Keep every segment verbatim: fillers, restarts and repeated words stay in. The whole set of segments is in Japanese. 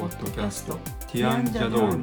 ポッドキャストティアンジャドール。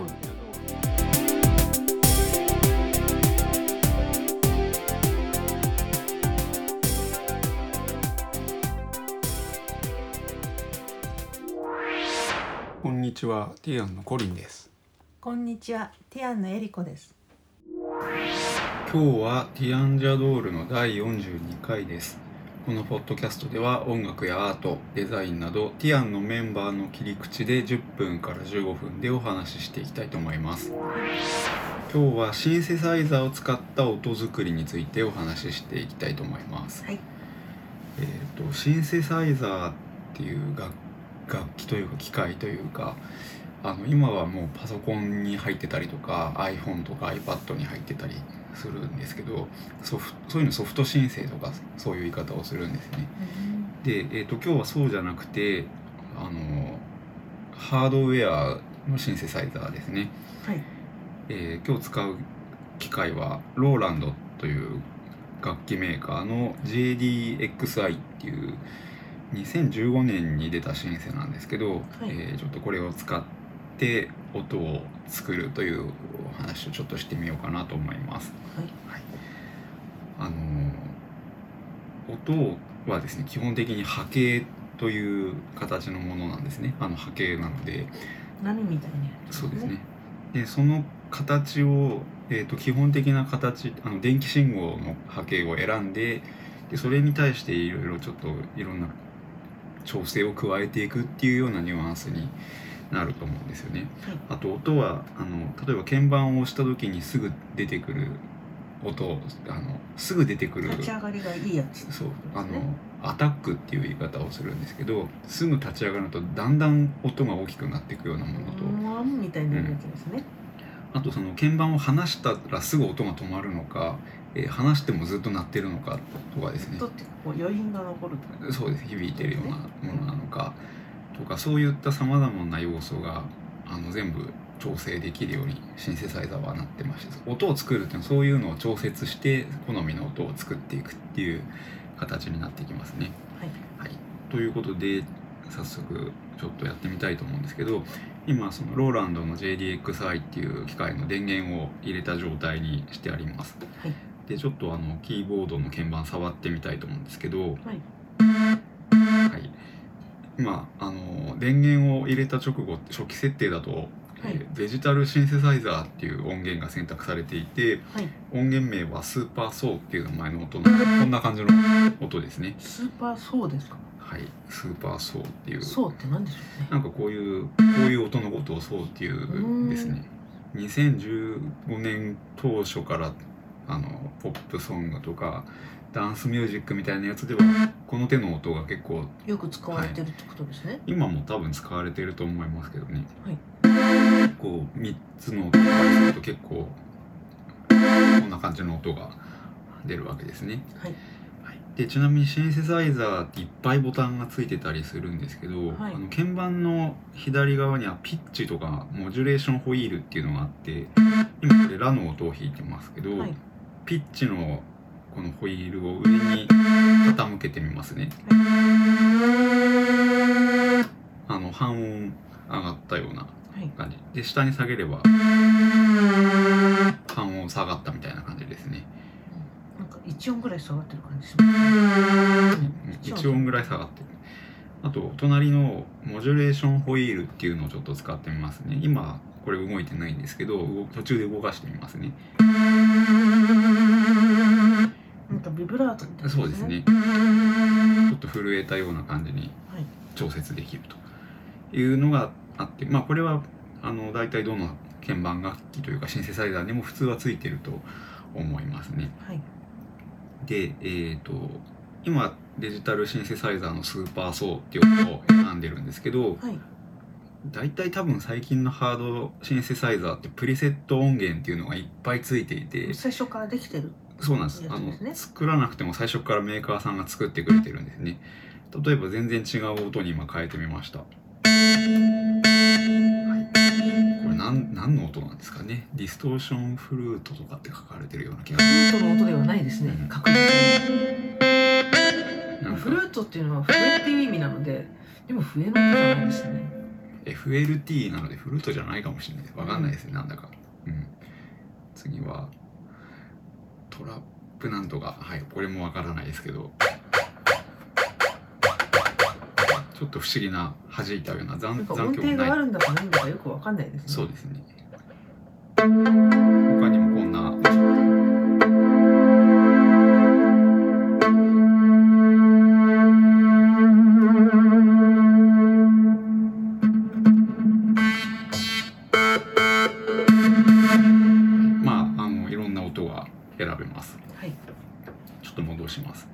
こんにちは、ティアンのコリンです。 こんにちは、ティアンのエリコです。 今日はティアンジャドールのだいよんじゅうにかいです。このポッドキャストでは音楽やアート、デザインなどティアンのメンバーの切り口でじゅっぷんからじゅうごふんでお話ししていきたいと思います。今日はシンセサイザーを使った音作りについてお話ししていきたいと思います。 はい、 えーと、シンセサイザーっていう楽楽器というか機械というか、あの今はもうパソコンに入ってたりとか iPhone とか iPad に入ってたりするんですけど、ソフそういうのソフト申請とかそういう言い方をするんですね。で、えーと、今日はそうじゃなくて、あのハードウェアのシンセサイザーですね。 はい、 えー、今日使う機械はローランドという楽器メーカーの ジェーディーエックスアイ っていうにせんじゅうごねんに出たシンセなんですけど、はい、えー、ちょっとこれを使って音を作るというお話をちょっとしてみようかなと思います。 はいはい、あの音はですね、基本的に波形という形のものなんですね。あの波形なので波みたいに、ね、 そうですね。でその形を、えーと、基本的な形、あの電気信号の波形を選んで、でそれに対していろいろちょっといろんな調整を加えていくっていうようなニュアンスになると思うんですよね。はい、あと音はあの例えば鍵盤を押した時にすぐ出てくる音、あのすぐ出てくる立ち上がりがいいやつ、 そう、あのアタックっていう言い方をするんですけど、すぐ立ち上がるとだんだん音が大きくなっていくようなものと、 ワンみたいなやつですね。 うん、あとその鍵盤を離したらすぐ音が止まるのか、えー、離してもずっと鳴ってるのかとかですね。 音ってこう余韻が残ると、 そうです、響いてるようなものなのかとか、そういったさまざまな要素があの全部調整できるようにシンセサイザーはなってまして、音を作るっていうのはそういうのを調節して好みの音を作っていくっていう形になってきますね。はい、はい、ということで早速ちょっとやってみたいと思うんですけど、今そのローランドの ジェーディーエックスアイ っていう機械の電源を入れた状態にしてあります。はい、でちょっとあのキーボードの鍵盤触ってみたいと思うんですけど、はい、はい、今あの電源を入れた直後、初期設定だと、はい、えー、デジタルシンセサイザーっていう音源が選択されていて、はい、音源名はスーパーソーっていう名前の音の、こんな感じの音ですね。 スーパーソーですか？ はい、スーパーソーっていう。 ソーって何でしょうね。 なんかこういうこういう音のことをソーっていうんですね。にせんじゅうごねん当初からあのポップソングとかダンスミュージックみたいなやつではこの手の音が結構よく使われてるってことですね。はい、 今も多分使われてると思いますけどね。はい、こうみっつの音を合わせると結構こんな感じの音が出るわけですね。はい、でちなみにシンセサイザーっていっぱいボタンがついてたりするんですけど、はい、あの鍵盤の左側にはピッチとかモジュレーションホイールっていうのがあって、今これラの音を弾いてますけど、はい、ピッチのこのホイールを上に傾けてみますね。はい、あの半音上がったような感じで、下に下げれば半音下がったみたいな感じですね。 なんかいち音ぐらい下がってる感じしますね。 いち音ぐらい下がってる。あと隣のモジュレーションホイールっていうのをちょっと使ってみますね。今これ動いてないんですけど、途中で動かしてみますね。 なんかビブラートみたいな、ね、 そうですね。ちょっと震えたような感じに調節できるというのがあって、まあこれはあの大体どの鍵盤楽器というかシンセサイザーにも普通はついてると思いますね。はい、で、えーと、今デジタルシンセサイザーのスーパーソーっていう音を選んでるんですけど、はい、大体多分最近のハードシンセサイザーってプリセット音源っていうのがいっぱいついていて、 最初からできてる。 そうなんです。あの作らなくても最初からメーカーさんが作ってくれてるんですね。例えば全然違う音に今変えてみました。はい、これ何何の音なんですかね。ディストーションフルートとかって書かれてるような気がする。フルートの音ではないですね。うん、確実に。フルートっていうのは笛っていう意味なので、でも笛の音じゃないですね。 エフエルティー なのでフルートじゃないかもしれない。わかんないですね、うん、なんだか。うん。次はトラップなんとか、はい、これもわからないですけど、ちょっと不思議な弾いたような残残響音程があるんだかないんだかよくわかんないですね。 そうですね。他にもこんな。まああのいろんな音が選べます。 はい。 ちょっと戻します。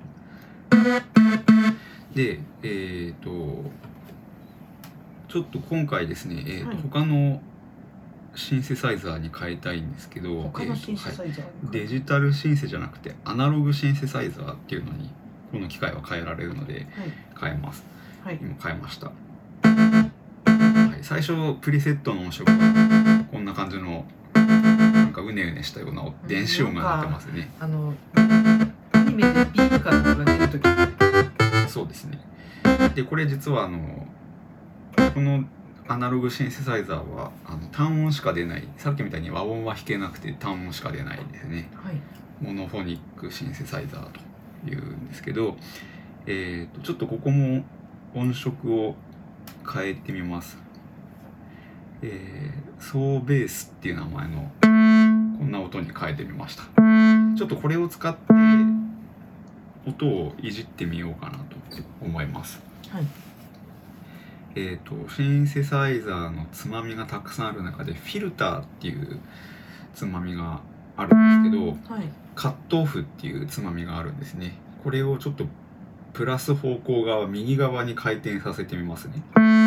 で、えっとちょっと今回ですね、えーとはい、他のシンセサイザーに変えたいんですけど、 他のシンセサイザー、 えーはい、デジタルシンセじゃなくてアナログシンセサイザーっていうのにこの機械は変えられるので変えます。はい、今変えました。はい、最初プリセットの音色はこんな感じのなんかうねうねしたような電子音が鳴ってますね。 あのアニメでビームからとか出るとき。 そうですね。でこれ実はあのこのアナログシンセサイザーはあの単音しか出ない、さっきみたいに和音は弾けなくて単音しか出ないですね、はい、モノフォニックシンセサイザーというんですけど、えー、とちょっとここも音色を変えてみます。えー、ソーベースっていう名前のこんな音に変えてみました。ちょっとこれを使って音をいじってみようかなと思います。はい。えーと、シンセサイザーのつまみがたくさんある中でフィルターっていうつまみがあるんですけど、はい、カットオフっていうつまみがあるんですね。これをちょっとプラス方向側右側に回転させてみますね。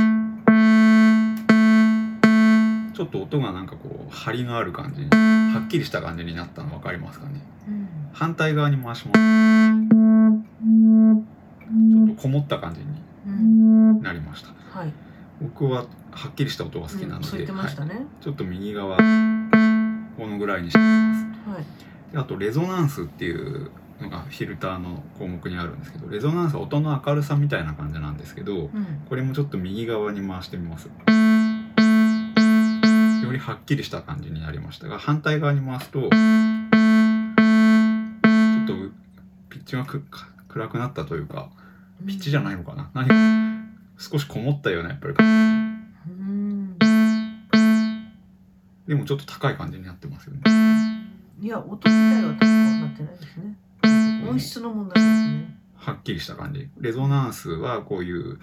ちょっと音がなんかこう張りのある感じに、はっきりした感じになったの分かりますかね、うん、反対側に回します。ちょっとこもった感じになりました、うんはい、僕ははっきりした音が好きなので、うんそう言ってましたねはい、ちょっと右側このぐらいにしてみます、はい、であとレゾナンスっていうのがフィルターの項目にあるんですけど、レゾナンスは音の明るさみたいな感じなんですけど、うん、これもちょっと右側に回してみます。よりはっきりした感じになりましたが、反対側に回すとちょっとピッチがく暗くなったというか、ピッチじゃないのかな、何か少しこもったようなやっぱり感じ、でもちょっと高い感じになってますよね。 いや、音自体は高くはなってないですね。音質の問題ですね。 はっきりした感じ。レゾナンスはこういう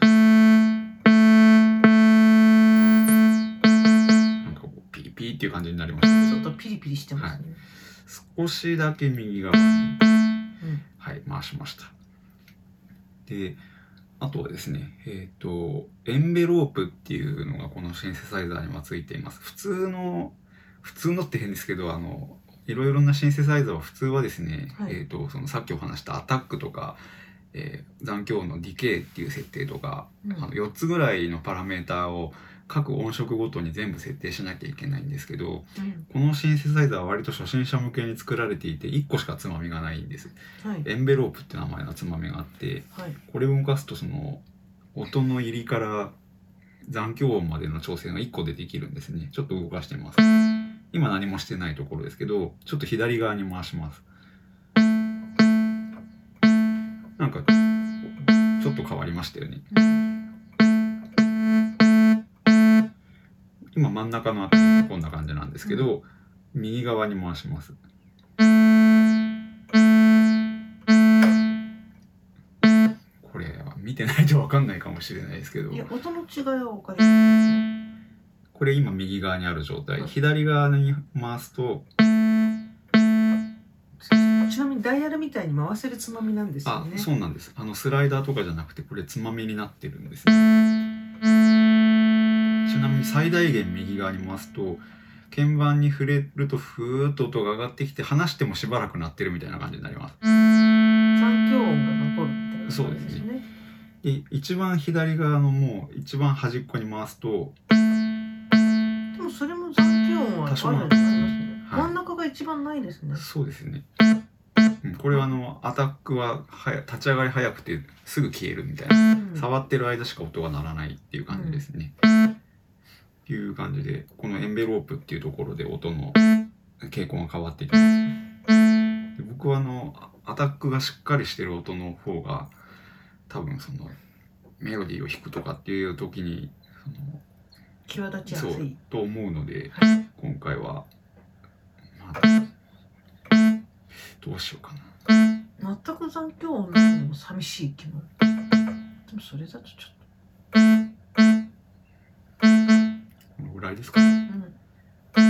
なんかこうピリピリっていう感じになりましたね。ちょっとピリピリしてますね、はい、 少しだけ右側に、うん、はい回しました。であとはですね、えっとエンベロープっていうのがこのシンセサイザーにはついています。普通の普通のって変ですけど、あのいろいろなシンセサイザーは普通はですね、はい、えっとそのさっきお話したアタックとか、えー、残響音のディケイっていう設定とか、うん、あのよっつぐらいのパラメーターを各音色ごとに全部設定しなきゃいけないんですけど、うん、このシンセサイザーは割と初心者向けに作られていていっこしかつまみがないんです、はい、エンベロープって名前のつまみがあって、はい、これを動かすとその音の入りから残響音までの調整がいっこでできるんですね。ちょっと動かしてみます。今何もしてないところですけど、ちょっと左側に回します。なんかちょっと変わりましたよね。今真ん中のあたりがこんな感じなんですけど、うん、右側に回します。これは見てないと分かんないかもしれないですけど、 いや音の違いは分かりますね。 これ今右側にある状態、はい、左側に回すと、 ちなみにダイヤルみたいに回せるつまみなんですよね。 あ、そうなんです。あのスライダーとかじゃなくてこれつまみになってるんですね。ちなみに最大限右側に回すと鍵盤に触れるとふーっと音が上がってきて、離してもしばらく鳴ってるみたいな感じになります。 残響音が残るみたいな感じですね。 そうですね。で一番左側のもう一番端っこに回すと、 でもそれも残響音はあるんですね。はい、真ん中が一番ないですね。 そうですね。うん、これはあのアタックははや立ち上がり早くてすぐ消えるみたいな、うん、触ってる間しか音が鳴らないっていう感じですね。 いう感じで、このエンベロープっていうところで音の傾向が変わってきます。で僕はあのアタックがしっかりしてる音の方が多分そのメロディーを弾くとかっていう時にその際立ちやすそういと思うので、 はい、 今回は、まあ、どうしようかな。 全く残響音ないのも寂しい気も。でもそれだとちょっこのぐらいですかね。 と、うん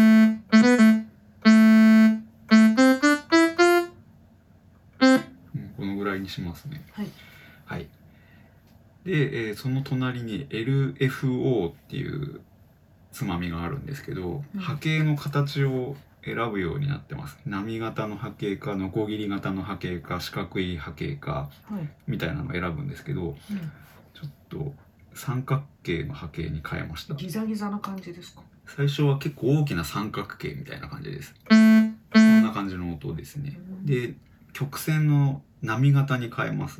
うん、このぐらいにしますね。 はい、 はい。で、えーその隣に エルエフオー っていうつまみがあるんですけど、 うん波形の形を選ぶようになってます。波型の波形か、ノコギリ型の波形か、四角い波形かはい、 みたいなのを選ぶんですけど、 うん、 ちょっと三角形の波形に変えました。 ギザギザな感じですか？ 最初は結構大きな三角形みたいな感じです。こんな感じの音ですね。で、曲線の波型に変えます。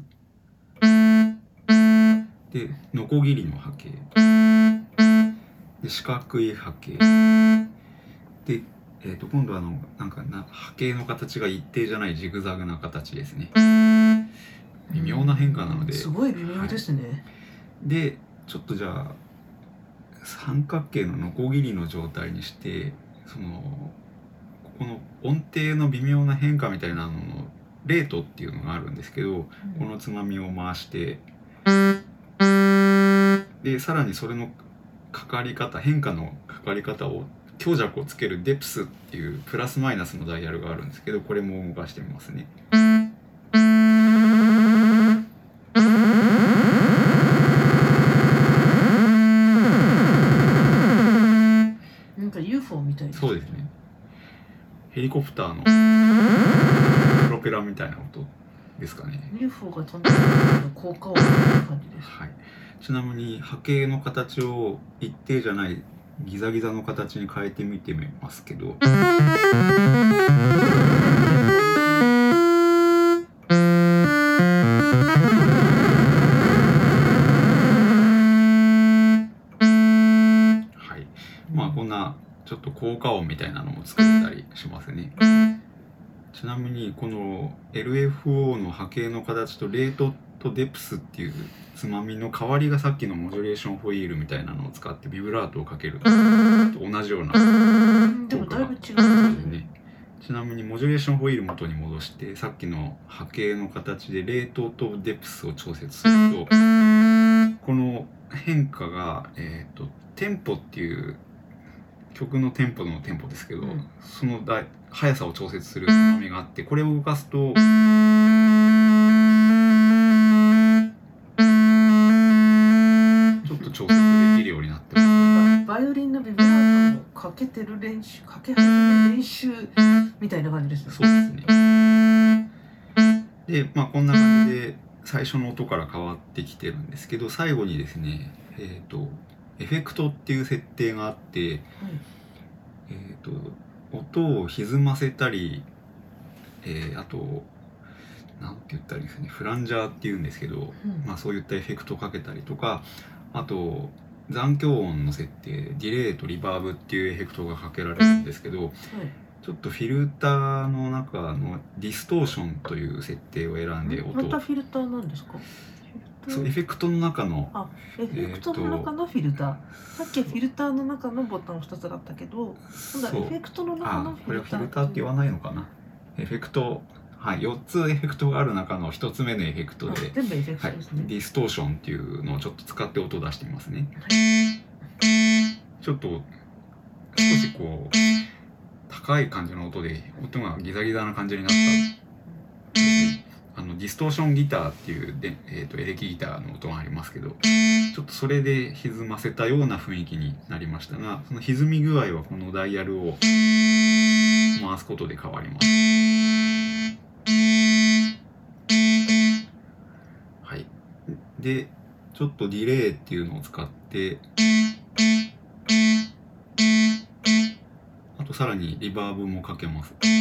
で、ノコギリの波形。で、四角い波形。で、えー、と今度はあのなんかな波形の形が一定じゃないジグザグな形ですね。微妙な変化なので、 すごい微妙ですね。 はい、でちょっとじゃあ三角形のノコギリの状態にして、そのここの音程の微妙な変化みたいなののレートっていうのがあるんですけど、うん、このつまみを回してでさらにそれのかかり方変化のかかり方を強弱をつけるデプスっていうプラスマイナスのダイヤルがあるんですけど、これも動かしてみますね。 なんか ユーフォー みたいな。 そうですね。ヘリコプターのプロペラみたいな音ですかね。 ユーフォー が飛んでる効果音みたいな感じです。 はい。ちなみに波形の形を一定じゃないギザギザの形に変えてみてみますけど、はい。まあこんなちょっと効果音みたいなのも作れたりしますね。ちなみにこの エルエフオー の波形の形とレートとデプスっていうつまみの代わりがさっきのモジュレーションホイールみたいなのを使ってビブラートをかけると同じようなでもだいぶ違うね。ちなみにモジュレーションホイール元に戻してさっきの波形の形でレートとデプスを調節すると、この変化が、えーと、テンポっていう曲のテンポのテンポですけど、うん、そのだ速さを調節するつまみがあって、これを動かすとちょっと調節できるようになってます。 バイオリンのビブラートをかけてる練習、かけ始める練習みたいな感じですね。 そうですね。で、まあこんな感じで最初の音から変わってきてるんですけど、最後にですね、えっとエフェクトっていう設定があって、はい、えっと音を歪ませたり、えー、あとなんて言ったらいいんですかね、フランジャーっていうんですけど、うん、まあそういったエフェクトをかけたりとか、あと残響音の設定、ディレイとリバーブっていうエフェクトがかけられるんですけど、はい、ちょっとフィルターの中のディストーションという設定を選んで音を、 またフィルターなんですか？ そう、エフェクトの中の、 あ、エフェクトの中のフィルター、さっきはフィルターの中のボタンふたつだったけど、今度はエフェクトの中のフィルター。あ、 これはフィルターって言わないのかな。エフェクト、はい、よっつエフェクトがある中のひとつめのエフェクトで、 全部エフェクトですね、 はい、ディストーションっていうのをちょっと使って音を出してみますね。はい、ちょっと少しこう高い感じの音で音がギザギザな感じになった、あのディストーションギターっていうで、えー、とエレキギターの音がありますけど、ちょっとそれで歪ませたような雰囲気になりましたが、その歪み具合はこのダイヤルを回すことで変わります。はい。で、ちょっとディレイっていうのを使って、あとさらにリバーブもかけます。あ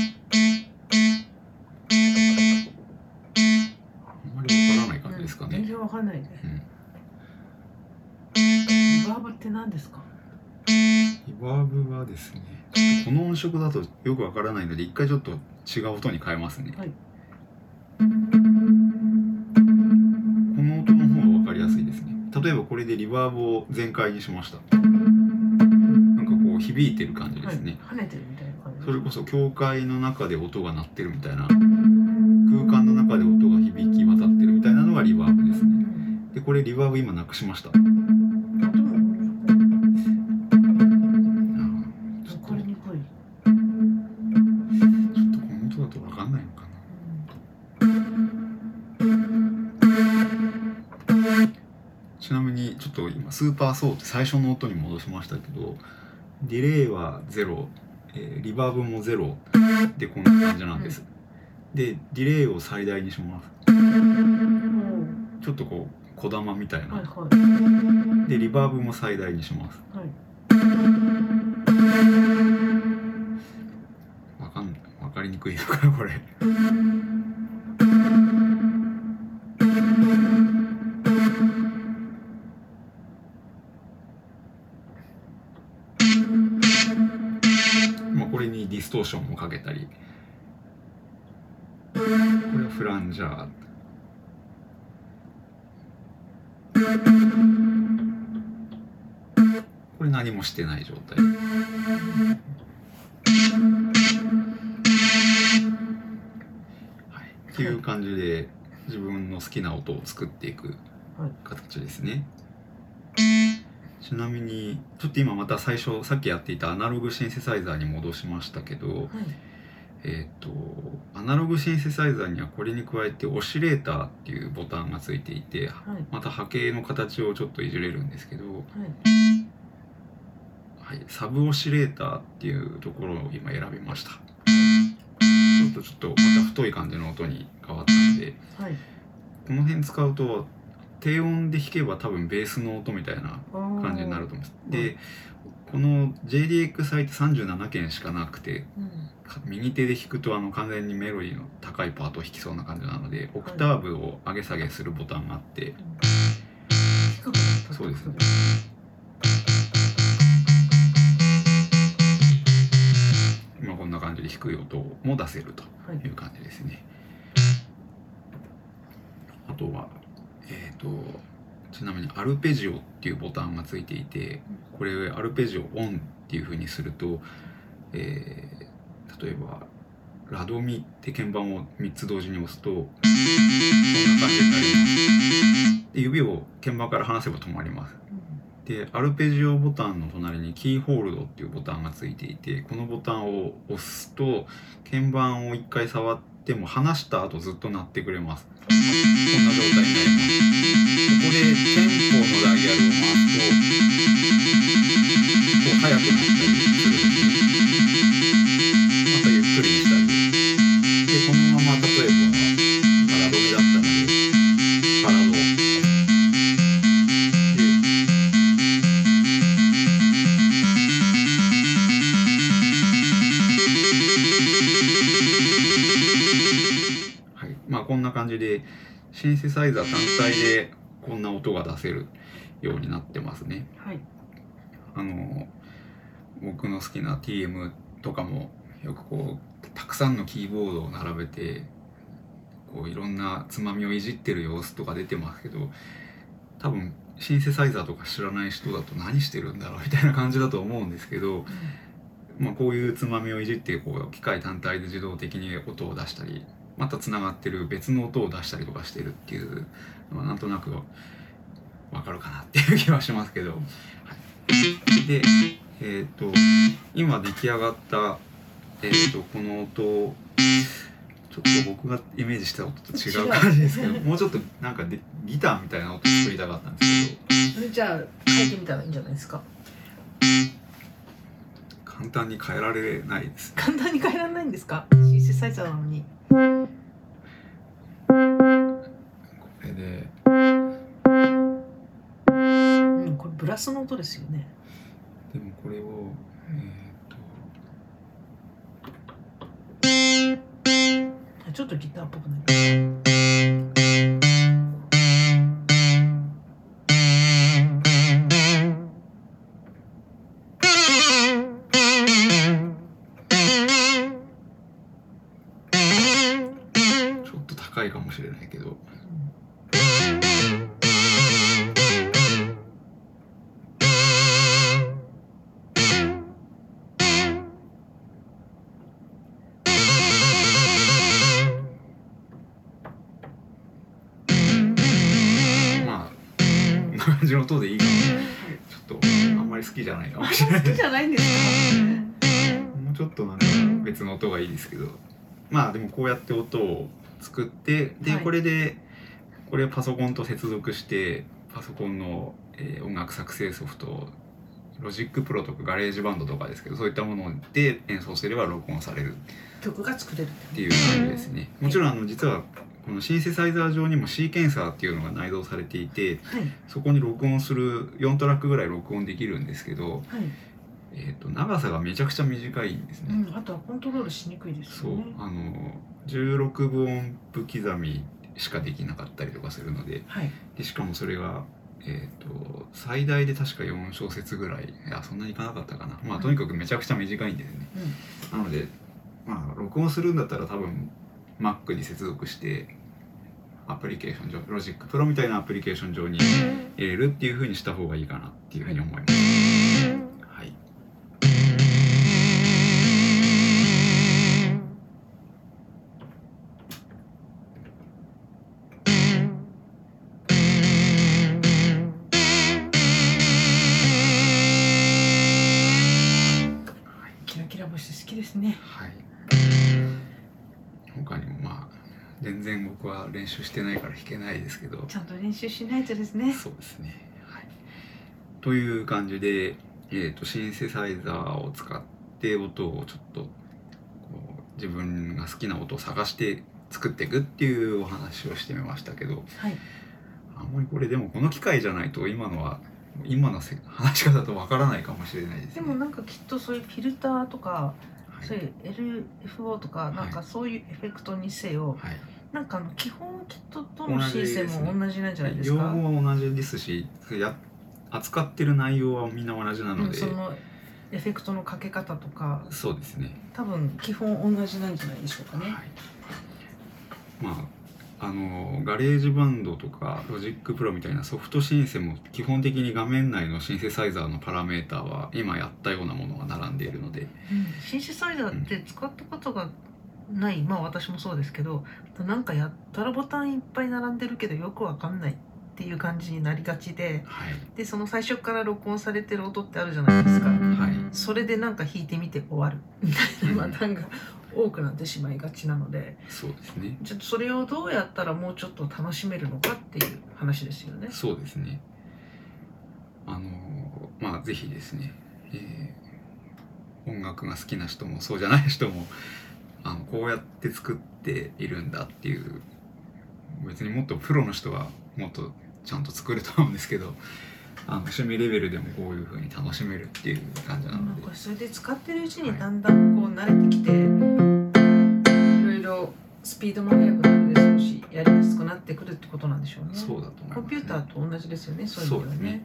んまりわからない感じですかね。 全然わかんないね。 うん、 リバーブって何ですか？ リバーブはですね、ちょっとこの音色だとよくわからないので一回ちょっと違う音に変えますね、 はい、 この音の方がわかりやすいですね。例えばこれでリバーブを全開にしました。なんかこう響いてる感じですね、 はい、跳ねてるみたいな感じ。 それこそ教会の中で音が鳴ってるみたいな、空間の中で音が響き渡ってるみたいなのがリバーブですね。でこれリバーブ今なくしました。ちなみにちょっと今スーパーソーって最初の音に戻しましたけど、ディレイはゼロ、えー、リバーブもゼロでこんな感じなんです。でディレイを最大にします。ちょっとこう小玉みたいな、はいはい、でリバーブも最大にします。はい、わかんわかりにくいのかなこれ。まあこれにディストーションもかけたり、これはフランジャー。これ何もしてない状態。はい、っていう感じで自分の好きな音を作っていく形ですね。ちなみにちょっと今また最初さっきやっていたアナログシンセサイザーに戻しましたけど、はい、えっとアナログシンセサイザーにはこれに加えてオシレーターっていうボタンがついていて、はい、また波形の形をちょっといじれるんですけど、はいはい、サブオシレーターっていうところを今選びました。ちょっとちょっとまた太い感じの音に変わったので、はい、この辺使うと低音で弾けば多分ベースの音みたいな感じになると思います。でこの ジェイディーエックス ってさんじゅうななけんしかなくて、うん、右手で弾くとあの完全にメロディーの高いパートを弾きそうな感じなので、オクターブを上げ下げするボタンがあって、はい、そうですね。今こんな感じで低い音も出せるという感じですね。はい、あとはえっとちなみにアルペジオっていうボタンがついていて、これアルペジオオンっていう風にすると、えー、例えばラドミって鍵盤をみっつ同時に押すとこんな感じになります。で指を鍵盤から離せば止まります。でアルペジオボタンの隣にキーホールドっていうボタンがついていて、このボタンを押すと鍵盤をいっかい触っても離した後ずっと鳴ってくれます。こんな状態になります。ここでテンポのダイヤルを回すとこう速くなったりするんですね。またゆっくりにしたりで、このまま例えばラドミだったのでパラドではい、まあこんな感じでシンセサイザー単体でこんな音が出せるようになってますね。はい、あの僕の好きな ティーエム とかもよくこうたくさんのキーボードを並べてこういろんなつまみをいじってる様子とか出てますけど、多分シンセサイザーとか知らない人だと何してるんだろうみたいな感じだと思うんですけど、うん、まあこういうつまみをいじってこう機械単体で自動的に音を出したり、またつながってる別の音を出したりとかしてるっていうのはなんとなくわかるかなっていう気はしますけど、はい、で、えっと今出来上がった、えー、とこの音をちょっと僕がイメージした音と違う感じですけどもうちょっとなんかでギターみたいな音作りたかったんですけど、 それじゃあ変えてみたらいいんじゃないですか。 簡単に変えられないです、ね、 簡単に変えられないんですか。シンセサイザーなのに。 これでうん、これブラスの音ですよね。 でもこれをえー、っとちょっとギターっぽくなりました。 近いかもしれないけど、まあこんな感じの音でいいかも。ちょっとあんまり好きじゃないかもしれない。 好きじゃないんですか？ もうちょっとなんか別の音がいいですけど、まあでもこうやって音を作ってで、はい、これでこれをパソコンと接続してパソコンの、えー、音楽作成ソフトロジックプロとかガレージバンドとかですけど、そういったもので演奏すれば録音される曲が作れるっていう感じですね。もちろんあの実はこのシンセサイザー上にもシーケンサーっていうのが内蔵されていて、はい、そこに録音するよんトラックぐらい録音できるんですけど、はい、えー、と長さがめちゃくちゃ短いんですね、 うん、あとはコントロールしにくいですよね。 そうあのじゅうろくぶ音符刻みしかできなかったりとかするので、はい、でしかもそれが、えー、と最大で確かよん小節ぐらい、いやそんなにいかなかったかな、まあ、とにかくめちゃくちゃ短いんですね、うん、なので、まあ、録音するんだったら多分 Mac に接続してアプリケーション上、ロジックプロみたいなアプリケーション上に入れるっていう風にした方がいいかなっていうふうに思います。はい。 キラキラ星好きですね。 はい。他にもまあ全然僕は練習してないから弾けないですけど、 ちゃんと練習しないとですね。 そうですね、はい、という感じで、えーと、シンセサイザーを使って音をちょっとこう自分が好きな音を探して作っていくっていうお話をしてみましたけど、はい、あんまりこれでもこの機械じゃないと今のは今の話し方とわからないかもしれないですね。 でもなんかきっとそういうフィルターとかそういう エルエフオー とかなんかそういうエフェクトにせよ、はい、なんかあの基本キットとのシステムも同じなんじゃないですか。 用語は同じですし、や扱ってる内容はみんな同じなので、 うん、そのエフェクトのかけ方とか、 そうですね。 多分基本同じなんじゃないでしょうかね。はい、 まああのガレージバンドとかロジックプロみたいなソフトシンセも基本的に画面内のシンセサイザーのパラメーターは今やったようなものが並んでいるので、うん、 シンセサイザーって使ったことがない、うん、まあ私もそうですけど、なんかやったらボタンいっぱい並んでるけどよくわかんないっていう感じになりがちで、はい、でその最初から録音されてる音ってあるじゃないですか、はい、それでなんか弾いてみて終わるみたいなパターンが多くなってしまいがちなので、 そうですね。 ちょっとそれをどうやったらもうちょっと楽しめるのかっていう話ですよね。 そうですね。あのまあぜひですね、えー、音楽が好きな人もそうじゃない人もあのこうやって作っているんだっていう、別にもっとプロの人はもっとちゃんと作ると思うんですけど、あの趣味レベルでもこういう風に楽しめるっていう感じなので、 なんかそれで使ってるうちにだんだんこう慣れてきて、はい、いろいろスピードも速くなるでしょうし、やりやすくなってくるってことなんでしょうね。 そうだと思いますね。 コンピューターと同じですよね、そういうのはね。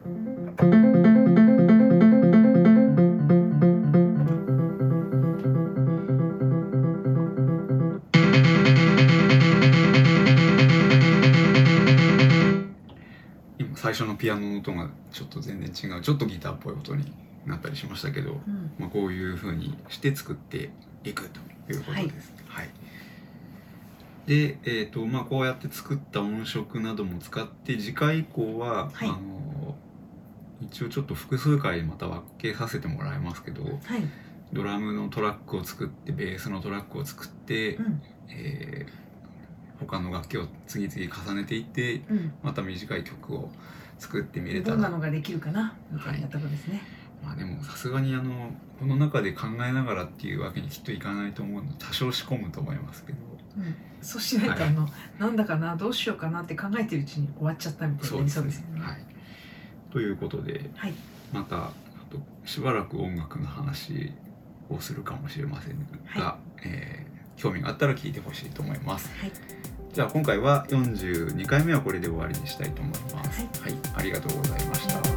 最初のピアノの音がちょっと全然違う、ちょっとギターっぽい音になったりしましたけど、うん、まあ、こういう風にして作っていくということです。はい、はい、で、えーとまあ、こうやって作った音色なども使って次回以降は、はい、あの一応ちょっと複数回また分けさせてもらいますけど、はい、ドラムのトラックを作ってベースのトラックを作って、うん、えー他の楽器を次々重ねていって、うん、また短い曲を作ってみれたらどんなのができるかなみたいなところですね。 はい、まあでもさすがにあのこの中で考えながらっていうわけにきっといかないと思うので多少仕込むと思いますけど、 うん、そうしないと、はい、あのなんだかなどうしようかなって考えてるうちに終わっちゃったみたいな。そうですね。はい、 ということで、はい、またあとしばらく音楽の話をするかもしれませんが、はい、えー興味があったら聞いてほしいと思います。はい、じゃあ今回はよんじゅうにかいめはこれで終わりにしたいと思います。はい、はい、ありがとうございました。